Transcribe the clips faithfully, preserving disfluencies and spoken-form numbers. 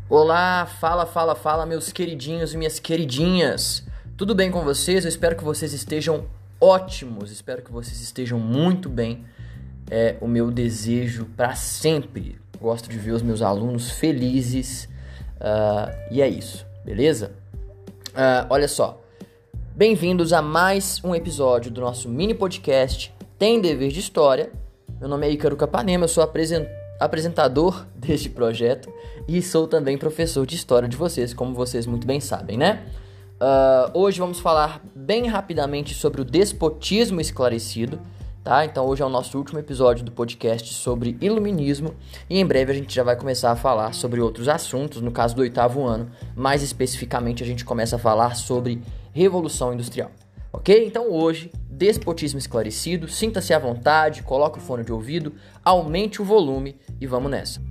Olá, fala, fala, fala, meus queridinhos e minhas queridinhas. Tudo bem com vocês? Eu espero que vocês estejam ótimos, espero que vocês estejam muito bem. É o meu desejo para sempre. Gosto de ver os meus alunos felizes uh, e é isso, beleza? Uh, olha só, bem-vindos a mais um episódio do nosso mini podcast Tem Dever de História. Meu nome é Ícaro Capanema, eu sou apresentador. apresentador deste projeto e sou também professor de história de vocês, como vocês muito bem sabem, né? Uh, hoje vamos falar bem rapidamente sobre o despotismo esclarecido, tá? Então hoje é o nosso último episódio do podcast sobre iluminismo e em breve a gente já vai começar a falar sobre outros assuntos, no caso do oitavo ano, mais especificamente a gente começa a falar sobre Revolução Industrial. Ok? Então hoje, despotismo esclarecido, sinta-se à vontade, coloque o fone de ouvido, aumente o volume e vamos nessa.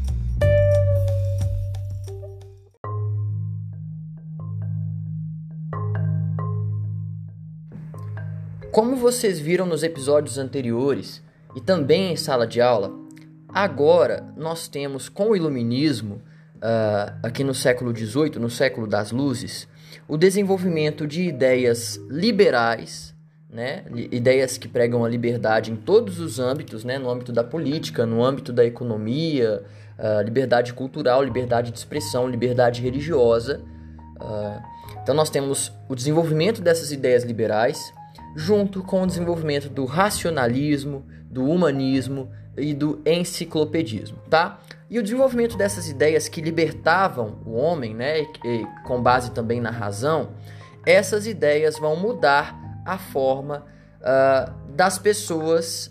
Como vocês viram nos episódios anteriores e também em sala de aula, agora nós temos com o iluminismo, uh, aqui no século dezoito, no século das luzes, o desenvolvimento de ideias liberais, né? Ideias que pregam a liberdade em todos os âmbitos, né? No âmbito da política, no âmbito da economia, uh, liberdade cultural, liberdade de expressão, liberdade religiosa. Uh, então nós temos o desenvolvimento dessas ideias liberais junto com o desenvolvimento do racionalismo, do humanismo e do enciclopedismo, tá? E o desenvolvimento dessas ideias que libertavam o homem, né, e, e, com base também na razão, essas ideias vão mudar a forma uh, das pessoas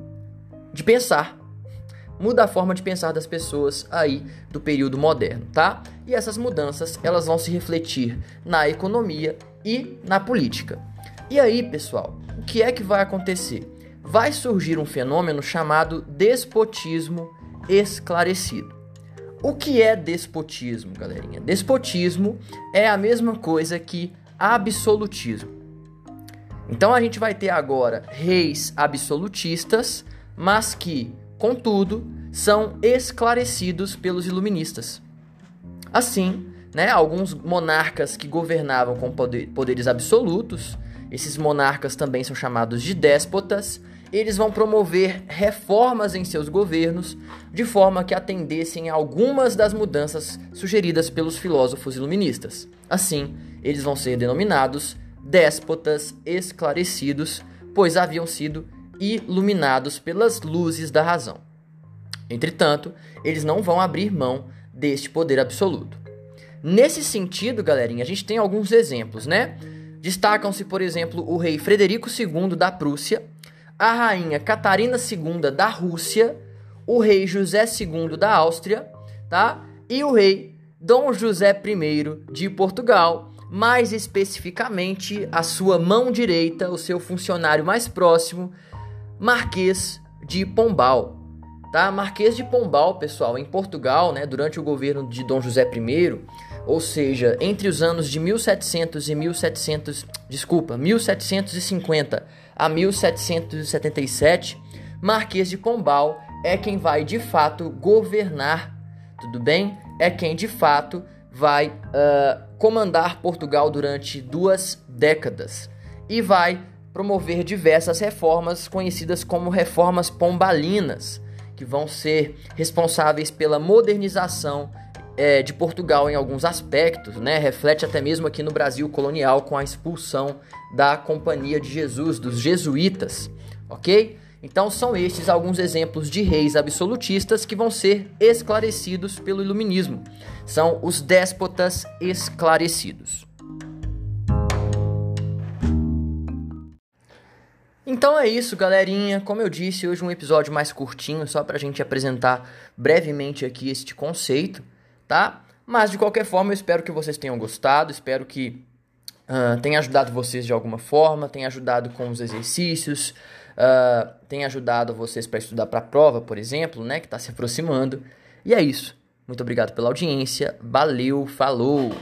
de pensar. Muda a forma de pensar das pessoas aí do período moderno, tá? E essas mudanças, elas vão se refletir na economia e na política. E aí, pessoal, o que é que vai acontecer? Vai surgir um fenômeno chamado despotismo esclarecido. O que é despotismo, galerinha? Despotismo é a mesma coisa que absolutismo. Então a gente vai ter agora reis absolutistas, mas que, contudo, são esclarecidos pelos iluministas. Assim, né, alguns monarcas que governavam com poder, poderes absolutos, esses monarcas também são chamados de déspotas. Eles vão promover reformas em seus governos de forma que atendessem a algumas das mudanças sugeridas pelos filósofos iluministas. Assim, eles vão ser denominados déspotas esclarecidos, pois haviam sido iluminados pelas luzes da razão. Entretanto, eles não vão abrir mão deste poder absoluto. Nesse sentido, galerinha, a gente tem alguns exemplos, né? Destacam-se, por exemplo, o rei Frederico segundo da Prússia, a rainha Catarina segunda da Rússia, o rei José segundo da Áustria, tá? E o rei Dom José primeiro de Portugal, mais especificamente a sua mão direita, o seu funcionário mais próximo, Marquês de Pombal, tá? Marquês de Pombal, pessoal, em Portugal, né, durante o governo de Dom José primeiro, ou seja, entre os anos de mil e setecentos e mil e setecentos, desculpa, mil setecentos e cinquenta a mil setecentos e setenta e sete, Marquês de Pombal é quem vai de fato governar, tudo bem? É quem de fato vai uh, comandar Portugal durante duas décadas e vai promover diversas reformas conhecidas como reformas pombalinas, que vão ser responsáveis pela modernização é, de Portugal em alguns aspectos, né? Reflete até mesmo aqui no Brasil colonial com a expulsão da Companhia de Jesus, dos jesuítas, ok? Então são estes alguns exemplos de reis absolutistas que vão ser esclarecidos pelo iluminismo. São os déspotas esclarecidos. Então é isso, galerinha. Como eu disse, hoje um episódio mais curtinho, só pra gente apresentar brevemente aqui este conceito, tá? Mas de qualquer forma eu espero que vocês tenham gostado, espero que uh, tenha ajudado vocês de alguma forma, tenha ajudado com os exercícios, uh, tenha ajudado vocês para estudar para a prova, por exemplo, né, que está se aproximando. E é isso. Muito obrigado pela audiência. Valeu, falou!